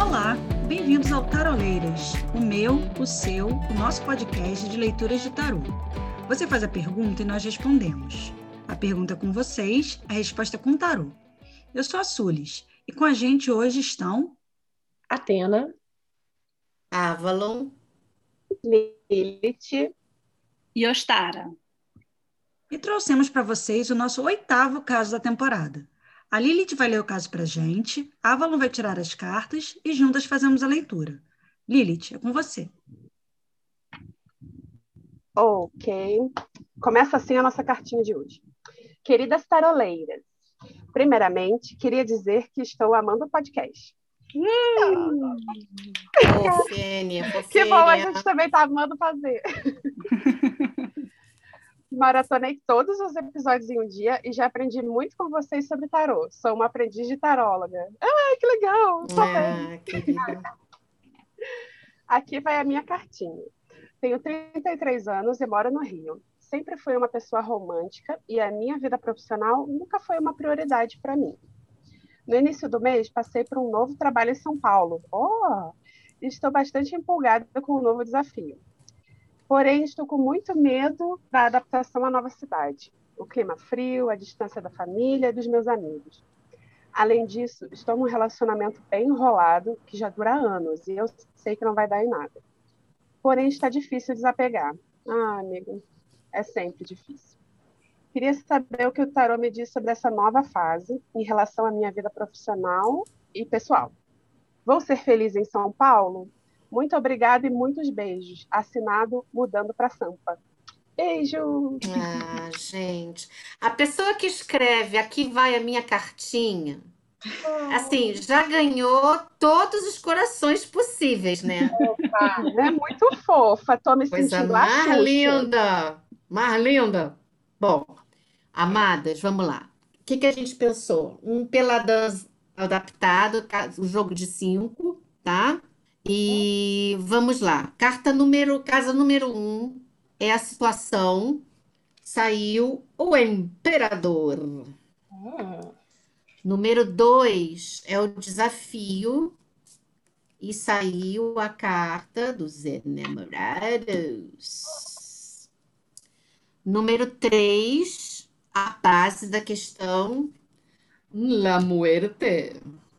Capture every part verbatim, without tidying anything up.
Olá, bem-vindos ao Taroleiras, o meu, o seu, o nosso podcast de leituras de tarô. Você faz a pergunta e nós respondemos. A pergunta é com vocês, a resposta é com tarô. Eu sou a Sulis e com a gente hoje estão Atena, Avalon, Lilith e Ostara. E trouxemos para vocês o nosso oitavo caso da temporada. A Lilith vai ler o caso para a gente, a Avalon vai tirar as cartas e juntas fazemos a leitura. Lilith, é com você. Ok. Começa assim a nossa cartinha de hoje. Queridas taroleiras, primeiramente, queria dizer que estou amando o podcast. Hum. Fofênia, fofênia. Que bom, a gente também está amando fazer. Maratonei todos os episódios em um dia e já aprendi muito com vocês sobre tarô. Sou uma aprendiz de taróloga. Ah, que legal! Ah, querida. Aqui vai a minha cartinha. Tenho trinta e três anos e moro no Rio. Sempre fui uma pessoa romântica e a minha vida profissional nunca foi uma prioridade para mim. No início do mês, passei por um novo trabalho em São Paulo. Oh! Estou bastante empolgada com o novo desafio. Porém, estou com muito medo da adaptação à nova cidade. O clima frio, a distância da família e dos meus amigos. Além disso, estou num relacionamento bem enrolado, que já dura anos, e eu sei que não vai dar em nada. Porém, está difícil desapegar. Ah, amigo, é sempre difícil. Queria saber o que o tarô me diz sobre essa nova fase em relação à minha vida profissional e pessoal. Vou ser feliz em São Paulo? Muito obrigada e muitos beijos. Assinado Mudando para Sampa. Beijo! Ah, gente. A pessoa que escreve aqui vai a minha cartinha, assim, já ganhou todos os corações possíveis, né? Opa, é muito fofa. Tô me Coisa sentindo a mais Xuxa. linda! Mais linda! Bom, amadas, vamos lá. O que que a gente pensou? Um peladão adaptado, o jogo de cinco, tá? E vamos lá. Carta número, casa número um é a situação. Saiu o Imperador. Hum. Número dois é o desafio. E saiu a carta dos enamorados. Número três, a base da questão, La Muerte.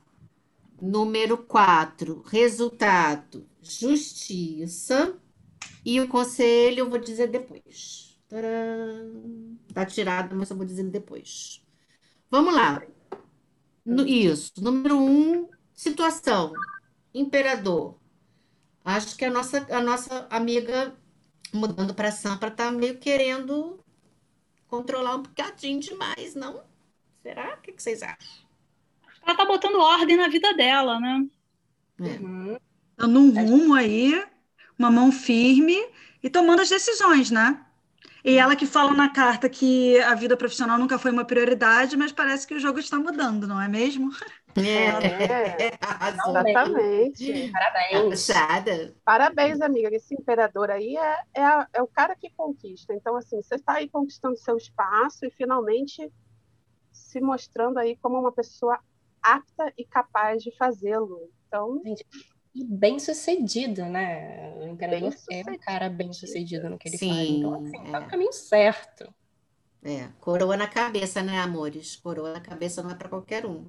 Número quatro, resultado, justiça. E o conselho eu vou dizer depois. Tcharam! Tá tirado, mas eu vou dizer depois. Vamos lá. No- isso. Número um, situação. Imperador. Acho que a nossa, a nossa amiga mudando para Sampa tá meio querendo controlar um bocadinho demais, não? Será? O que que vocês acham? Ela tá botando ordem na vida dela, né? É. Uhum. Dando um rumo aí, uma mão firme e tomando as decisões, né? E ela que fala na carta que a vida profissional nunca foi uma prioridade, mas parece que o jogo está mudando, não é mesmo? É, Arrasou. exatamente. Parabéns. Achada. Parabéns, amiga. Esse imperador aí é, é, a- é o cara que conquista. Então, assim, você está aí conquistando seu espaço e finalmente se mostrando aí como uma pessoa apta e capaz de fazê-lo. Então, Gente, e bem sucedido, né? O imperador é um Bem-sucedido. cara bem sucedido no que ele faz. Sim, Então, assim, tá é. no caminho certo. É, coroa na cabeça, né, amores? Coroa na cabeça não é para qualquer um.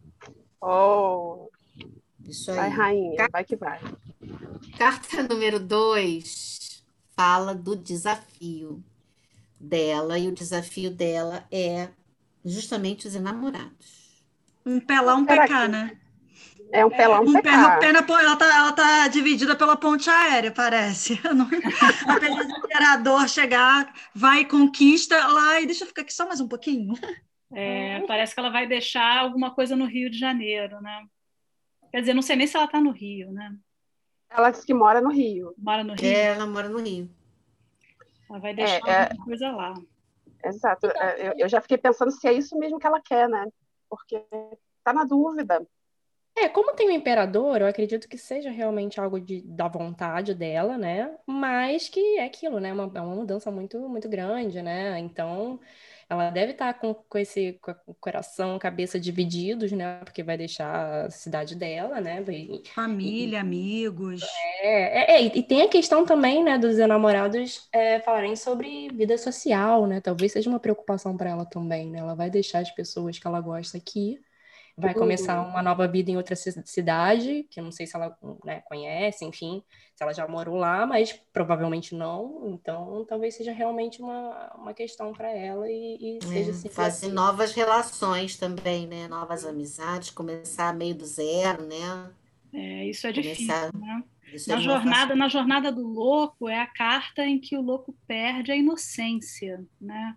oh, Isso vai, aí. rainha, vai que vai. Carta número dois fala do desafio dela, e o desafio dela é justamente os enamorados. Um pé lá, um pé Será cá, que- né? É um pelão Um pé, no, pecar. pé na, po- ela, tá, ela tá dividida pela ponte aérea, parece. Não- Apesar do imperador chegar, vai e conquista lá e deixa eu ficar aqui só mais um pouquinho. É, parece que ela vai deixar alguma coisa no Rio de Janeiro, né? Quer dizer, não sei nem se ela tá no Rio, né? Ela disse que mora no Rio. Mora no Rio, É, ela mora no Rio. ela vai deixar É, é- alguma coisa lá. Exato. É, Eu, eu já fiquei pensando se é isso mesmo que ela quer, né? Porque tá na dúvida. É, como tem o imperador, eu acredito que seja realmente algo de, da vontade dela, né? Mas que é aquilo, né? Uma, é uma mudança muito, muito grande, né? Então, ela deve estar com, com esse com o coração, cabeça divididos, né? Porque vai deixar a cidade dela, né? E, e- Família, amigos. é, é, é, e e tem a questão também, né, dos namorados é, falarem sobre vida social, né? Talvez seja uma preocupação para ela também, né? Ela vai deixar as pessoas que ela gosta aqui, vai começar Uhum. uma nova vida em outra ci- cidade, que eu não sei se ela, né, conhece, enfim, se ela já morou lá, mas provavelmente não. Então, talvez seja realmente uma, uma questão para ela e, e seja É, assim. fazer novas relações também, né? Novas amizades, começar meio do zero, né? É, isso é difícil, Começar. né? Isso Na não é fácil. jornada, na jornada do louco é a carta em que o louco perde a inocência, né?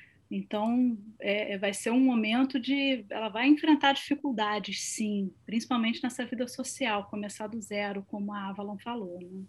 Então, é, é, vai ser um momento de. Ela vai enfrentar dificuldades, sim, principalmente nessa vida social, começar do zero, como a Avalon falou, né?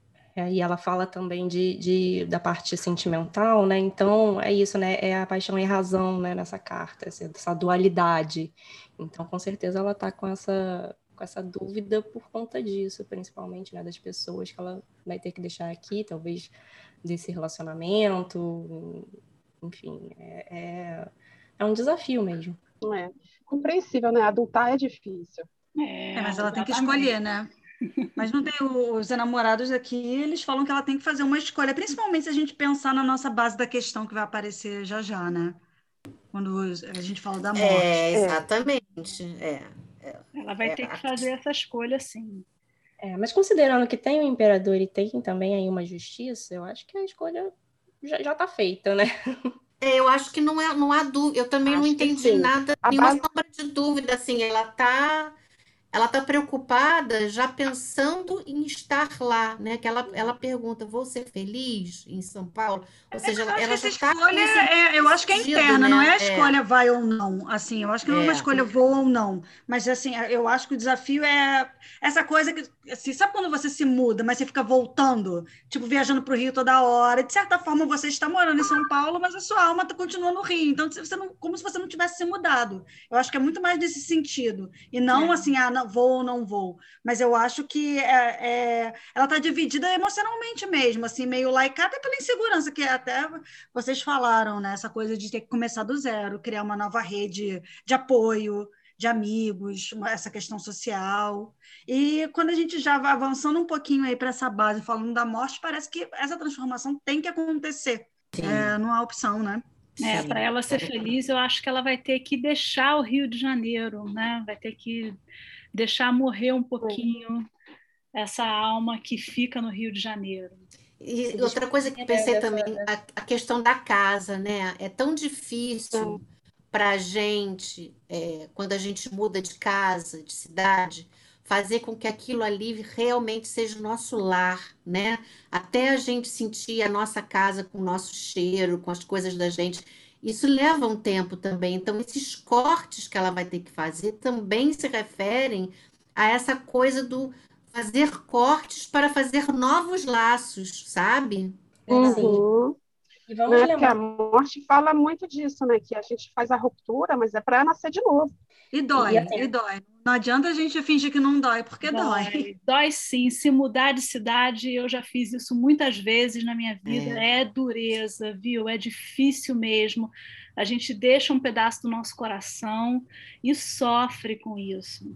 É, e ela fala também de, de- da parte sentimental, né? Então, é isso, né? É a paixão e a razão, né? Nessa carta, essa, essa dualidade. Então, com certeza, ela tá com essa, com essa dúvida por conta disso, principalmente, né? Das pessoas que ela vai ter que deixar aqui, talvez desse relacionamento, enfim, é, é, é um desafio mesmo. Não é? Compreensível, né? Adultar é difícil. É, É, mas ela tem que exatamente. escolher, né? Mas não tem o- os enamorados aqui, eles falam que ela tem que fazer uma escolha, principalmente se a gente pensar na nossa base da questão que vai aparecer já já, né? Quando os- a gente fala da morte. É, É. exatamente. É, Ela vai é, ter que a fazer essa escolha, sim. É, mas considerando que tem o imperador e tem também aí uma justiça, eu acho que a escolha já, já tá feita, né? É, eu acho que não é, não há dúvida. Eu também não Acho que entendi sim. nada, A nenhuma base. sombra de dúvida. Assim, ela tá, ela tá preocupada, já pensando em estar lá, né? Que ela, ela pergunta: vou ser feliz em São Paulo? Ou seja, Eu ela, acho que ela essa já está escolha com isso bem é, eu acho que é decidido, interna, não é né? a É, escolha vai ou não. Assim, eu acho que não é uma é, escolha vou ou não, mas assim, eu acho que o desafio é essa coisa que, assim, sabe quando você se muda, mas você fica voltando, tipo viajando para o Rio toda hora. De certa forma, você está morando em São Paulo, mas a sua alma tá, continua no Rio. Então, você não, como se você não tivesse se mudado. Eu acho que é muito mais nesse sentido e não É. assim, ah, não, vou ou não vou. Mas eu acho que é, é, ela está dividida emocionalmente mesmo, assim, meio laica, até pela insegurança que até vocês falaram, né? Essa coisa de ter que começar do zero, criar uma nova rede de apoio, de amigos, uma- essa questão social. E quando a gente já vai avançando um pouquinho aí para essa base, falando da morte, parece que essa transformação tem que acontecer. sim, É, não há opção, né? É, para sim. ela ser feliz, eu acho que ela vai ter que deixar o Rio de Janeiro, né? Vai ter que deixar morrer um pouquinho essa alma que fica no Rio de Janeiro. Se E outra coisa que despedir, né, pensei dessa, também, a, a questão da casa, né? É tão difícil para a gente, é, quando a gente muda de casa, de cidade, fazer com que aquilo ali realmente seja o nosso lar, né? Até a gente sentir a nossa casa com o nosso cheiro, com as coisas da gente. Isso leva um tempo também. Então, esses cortes que ela vai ter que fazer também se referem a essa coisa do fazer cortes para fazer novos laços, sabe? sim. Uhum. E vamos Né? Porque a lembrar. morte fala muito disso, né? Que a gente faz a ruptura, mas é para nascer de novo. E E, e dói, assim, e dói. Não adianta a gente fingir que não dói, porque dói. Dói, dói sim. Se mudar de cidade, eu já fiz isso muitas vezes na minha vida. É, É dureza, viu? É difícil mesmo. A gente deixa um pedaço do nosso coração e sofre com isso.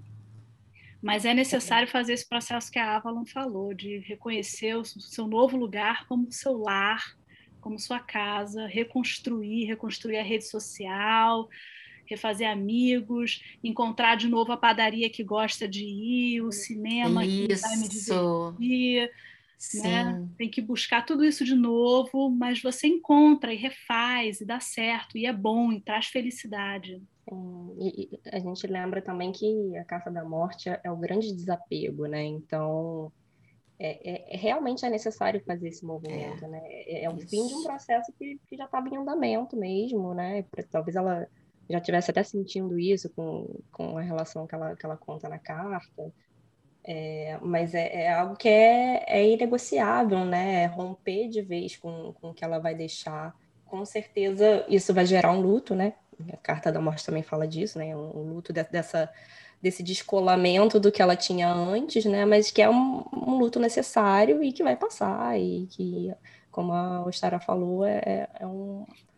Mas é necessário fazer esse processo que a Avalon falou, de reconhecer o seu novo lugar como seu lar, como sua casa, reconstruir, reconstruir a rede social, refazer amigos, encontrar de novo a padaria que gosta de ir, o cinema que vai me isso, divertir, né? sim. Tem que buscar tudo isso de novo, mas você encontra e refaz e dá certo, e é bom, e traz felicidade. Hum, E, e a gente lembra também que a Carta da Morte é, é o grande desapego, né? Então, é, é- é- realmente é necessário fazer esse movimento, né? É, é o fim de um Isso. processo que, que já estava em andamento mesmo, né? Pra- Talvez ela já estivesse até sentindo isso com, com a relação que ela, que ela conta na carta, É, mas é, é algo que é, é inegociável, né? É romper de vez com, com o que ela vai deixar. Com certeza isso vai gerar um luto, né? A Carta da Morte também fala disso, né? Um, um luto de- dessa, desse descolamento do que ela tinha antes, né? Mas que é um, um luto necessário e que vai passar, e que, como a Ostara falou, é, é um,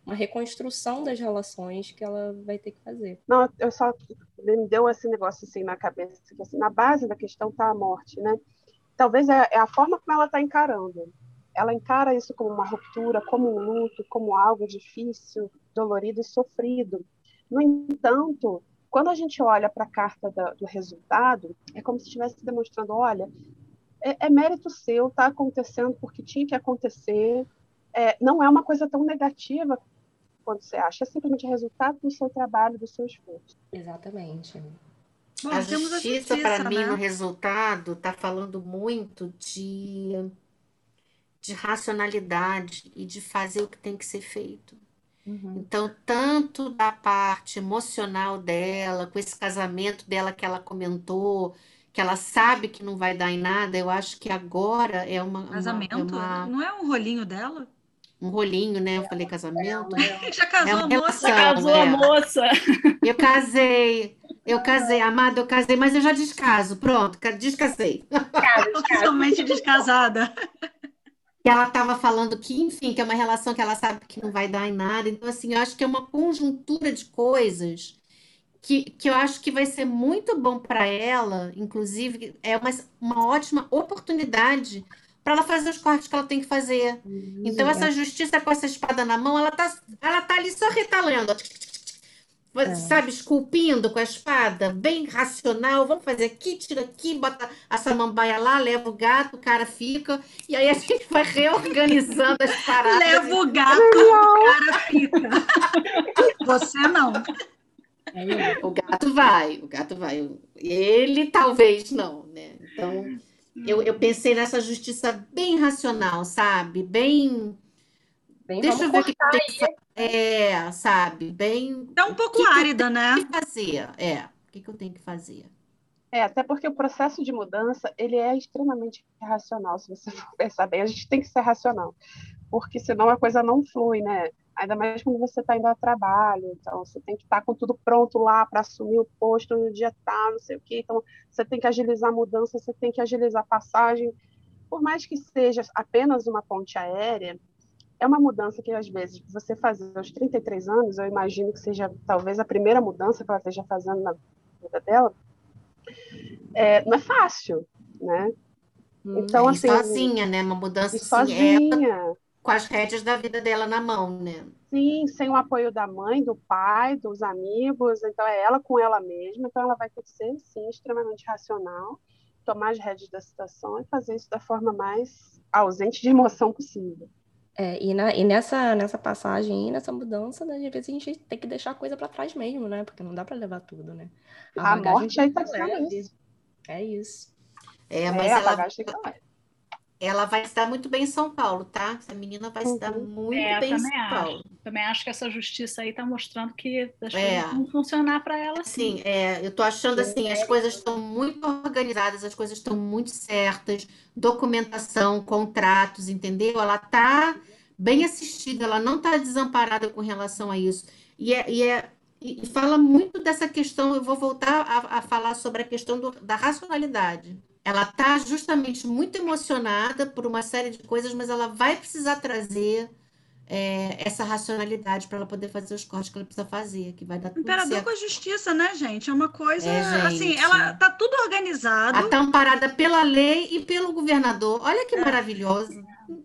uma reconstrução das relações que ela vai ter que fazer. Não, eu só me deu esse negócio assim na cabeça, que assim, na base da questão está a morte, né? Talvez é, é a forma como ela está encarando. Ela encara isso como uma ruptura, como um luto, como algo difícil, dolorido e sofrido. No entanto, quando a gente olha para a carta da, do resultado, é como se estivesse demonstrando, olha, é, é mérito seu, está acontecendo porque tinha que acontecer. É, não é uma coisa tão negativa quando você acha, é simplesmente resultado do seu trabalho, do seu esforço. Exatamente. Bom, A temos a justiça, para justiça, mim, no né? resultado, está falando muito de, de racionalidade e de fazer o que tem que ser feito. Uhum. Então, tanto da parte emocional dela, com esse casamento dela que ela comentou, que ela sabe que não vai dar em nada, eu acho que agora é uma, uma, é Casamento? uma- Não é um rolinho dela? um rolinho, né? Eu falei casamento. Já É casou uma a moça? Já relação, casou a é. moça. Eu casei, eu casei, amado, eu casei, mas eu já descaso, pronto, ca- descasei. Oficialmente descasada. E ela estava falando que, enfim, que é uma relação que ela sabe que não vai dar em nada. Então, assim, eu acho que é uma conjuntura de coisas que, que eu acho que vai ser muito bom para ela, inclusive, é uma, uma ótima oportunidade para ela fazer os cortes que ela tem que fazer. Então, essa justiça com essa espada na mão, ela tá, ela tá ali só retalhando, ó, É. sabe, esculpindo com a espada, bem racional. Vamos fazer aqui, tira aqui, bota a samambaia lá, leva o gato, o cara fica, e aí a gente vai reorganizando as paradas. Leva o gato, o cara fica. Você não. É, O gato vai, o gato vai. Ele talvez não, né? Então, eu, eu pensei nessa justiça bem racional, sabe? Bem. bem, Deixa eu vamos ver o que cortar tem que fazer. É, sabe? Bem. É um O pouco que que eu árida, né? tenho que fazer? É, o que que eu tenho que fazer? É, até porque o processo de mudança, ele é extremamente racional, se você for pensar bem, a gente tem que ser racional, porque senão a coisa não flui, né? Ainda mais quando você está indo ao trabalho, então você tem que estar com tudo pronto lá para assumir o posto no dia tal, não sei o quê, então você tem que agilizar a mudança, você tem que agilizar a passagem, por mais que seja apenas uma ponte aérea, é uma mudança que às vezes você fazer aos trinta e três anos, eu imagino que seja talvez a primeira mudança que ela esteja fazendo na vida dela, é, não é fácil, né? Então, É, e assim, sozinha, né? Uma mudança e assim, ela sozinha, com as rédeas da vida dela na mão, né? sim, sem o apoio da mãe, do pai, dos amigos, então é ela com ela mesma, então ela vai ter que ser, sim, extremamente racional, tomar as rédeas da situação e fazer isso da forma mais ausente de emoção possível. É, e, na, e nessa, nessa passagem, nessa mudança, né, às vezes a gente tem que deixar a coisa pra trás mesmo, né? Porque não dá pra levar tudo, né? A bagagem morte aí tem está que sendo leve. isso. É isso. É, É, mas a ela, bagagem tem que estar leve. ela vai se dar muito bem em São Paulo, tá? Essa menina vai se dar Uhum. muito É, eu bem em também São acho. Paulo. Também acho que essa justiça aí está mostrando que as É. coisas vão funcionar para ela sim. Assim, é, eu tô achando assim, as coisas estão muito organizadas, as coisas estão muito certas, documentação, contratos, entendeu? Ela tá bem assistida, ela não tá desamparada com relação a isso. E, é, e, é, e e fala muito dessa questão, eu vou voltar a, a falar sobre a questão do- da racionalidade. Ela tá justamente muito emocionada por uma série de coisas, mas ela vai precisar trazer é, essa racionalidade para ela poder fazer os cortes que ela precisa fazer, que vai dar tudo Imperador com certo. a justiça, né, gente? É uma coisa, É, assim, gente. ela tá tudo organizado. Ela tá amparada pela lei e pelo governador. Olha que É. maravilhoso,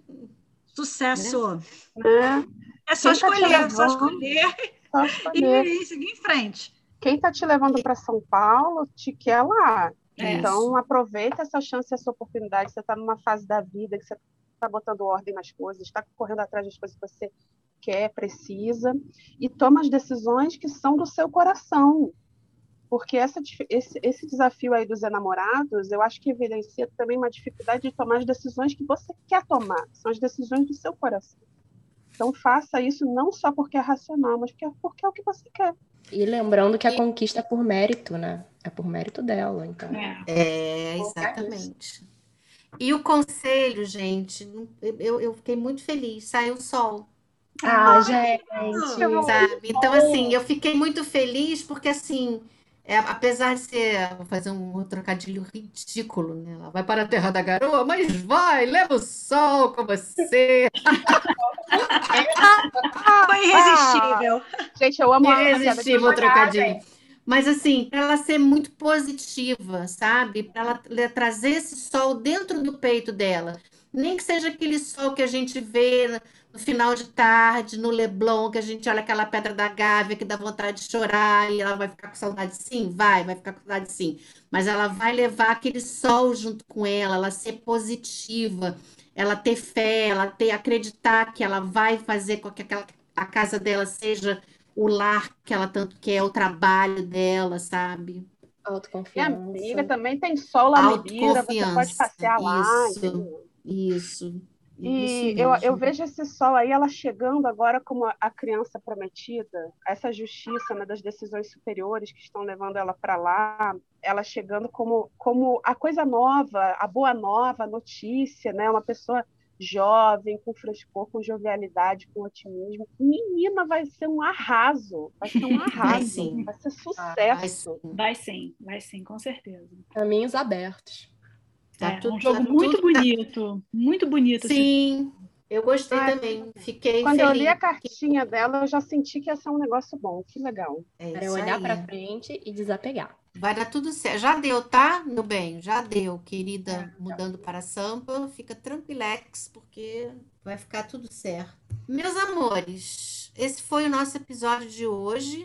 Sucesso. Né? É só Quem tá te escolher, só levando? escolher Só e, escolher. e seguir em frente. Quem está te levando para São Paulo te quer lá. É. Então, aproveita essa chance, essa oportunidade. Você está numa fase da vida que você está botando ordem nas coisas, está correndo atrás das coisas que você quer, precisa, e toma as decisões que são do seu coração. Porque essa, esse, esse desafio aí dos enamorados, eu acho que evidencia também uma dificuldade de tomar as decisões que você quer tomar. São as decisões do seu coração. Então, faça isso não só porque é racional, mas porque, porque é o que você quer. E lembrando que a conquista é por mérito, né? É por mérito dela, então. É. É, exatamente. E o conselho, gente, eu, eu fiquei muito feliz. Saiu o sol. Ah, gente. Sabe? Então, assim, eu fiquei muito feliz porque, assim, É, apesar de ser, vou fazer um trocadilho ridículo, né? Ela vai para a terra da garoa, mas vai, leva o sol com você. Foi irresistível. Gente, eu amo a piada de Irresistível o devagar, trocadilho. gente. Mas assim, para ela ser muito positiva, sabe? Para ela le- trazer esse sol dentro do peito dela. Nem que seja aquele sol que a gente vê no no final de tarde, no Leblon, que a gente olha aquela pedra da Gávea que dá vontade de chorar e ela vai ficar com saudade, sim, vai, vai ficar com saudade, sim. Mas ela vai levar aquele sol junto com ela, ela ser positiva, ela ter fé, ela ter acreditar que ela vai fazer com que aquela, a casa dela seja o lar que ela tanto quer, o trabalho dela, sabe? Minha amiga Autoconfiança. também tem sol lá no Ibira, você pode Autoconfiança. passear lá, Isso, entendeu? isso, isso E eu, eu mesmo. vejo esse sol aí, ela chegando agora como a- a criança prometida, essa justiça, né, das decisões superiores que estão levando ela para lá, ela chegando como, como a coisa nova, a boa nova, a notícia, né, uma pessoa jovem, com frescor, com jovialidade, com otimismo. Menina, vai ser um arraso, vai ser um Vai arraso, sim, vai ser vai sucesso. sim. Vai sim, vai sim, com certeza. Caminhos abertos. Tá É tudo, um jogo tá muito tudo, tá- bonito, muito bonito esse Sim, eu gostei Ai, também. Fiquei quando eu li a feliz. cartinha dela, eu já senti que ia ser um negócio bom, que legal. É Para isso olhar aí. para frente e desapegar. Vai dar tudo certo. Já deu, tá, meu bem? Já deu, querida. Mudando para Sampa, fica tranquilex, porque vai ficar tudo certo. Meus amores, esse foi o nosso episódio de hoje.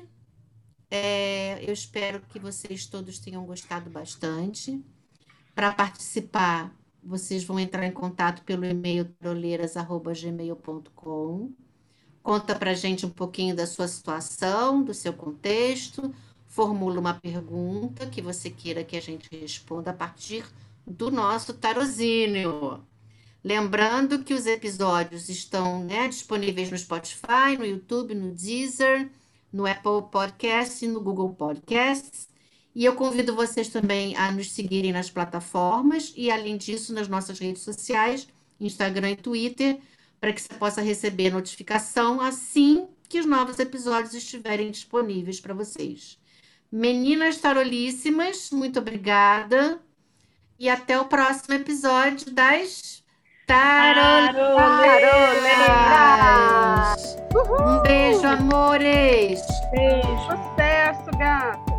É, eu espero que vocês todos tenham gostado bastante. Para participar, vocês vão entrar em contato pelo e-mail taroleiras arroba gmail ponto com. Conta para gente um pouquinho da sua situação, do seu contexto, formula uma pergunta que você queira que a gente responda a partir do nosso tarozinho. Lembrando que os episódios estão, né, disponíveis no Spotify, no YouTube, no Deezer, no Apple Podcasts e no Google Podcasts. E eu convido vocês também a nos seguirem nas plataformas e, além disso, nas nossas redes sociais, Instagram e Twitter, para que você possa receber notificação assim que os novos episódios estiverem disponíveis para vocês. Meninas tarolíssimas, muito obrigada. E até o próximo episódio das Taroleiras. Taroleiras! Um beijo, amores. Beijo. Sucesso, gata!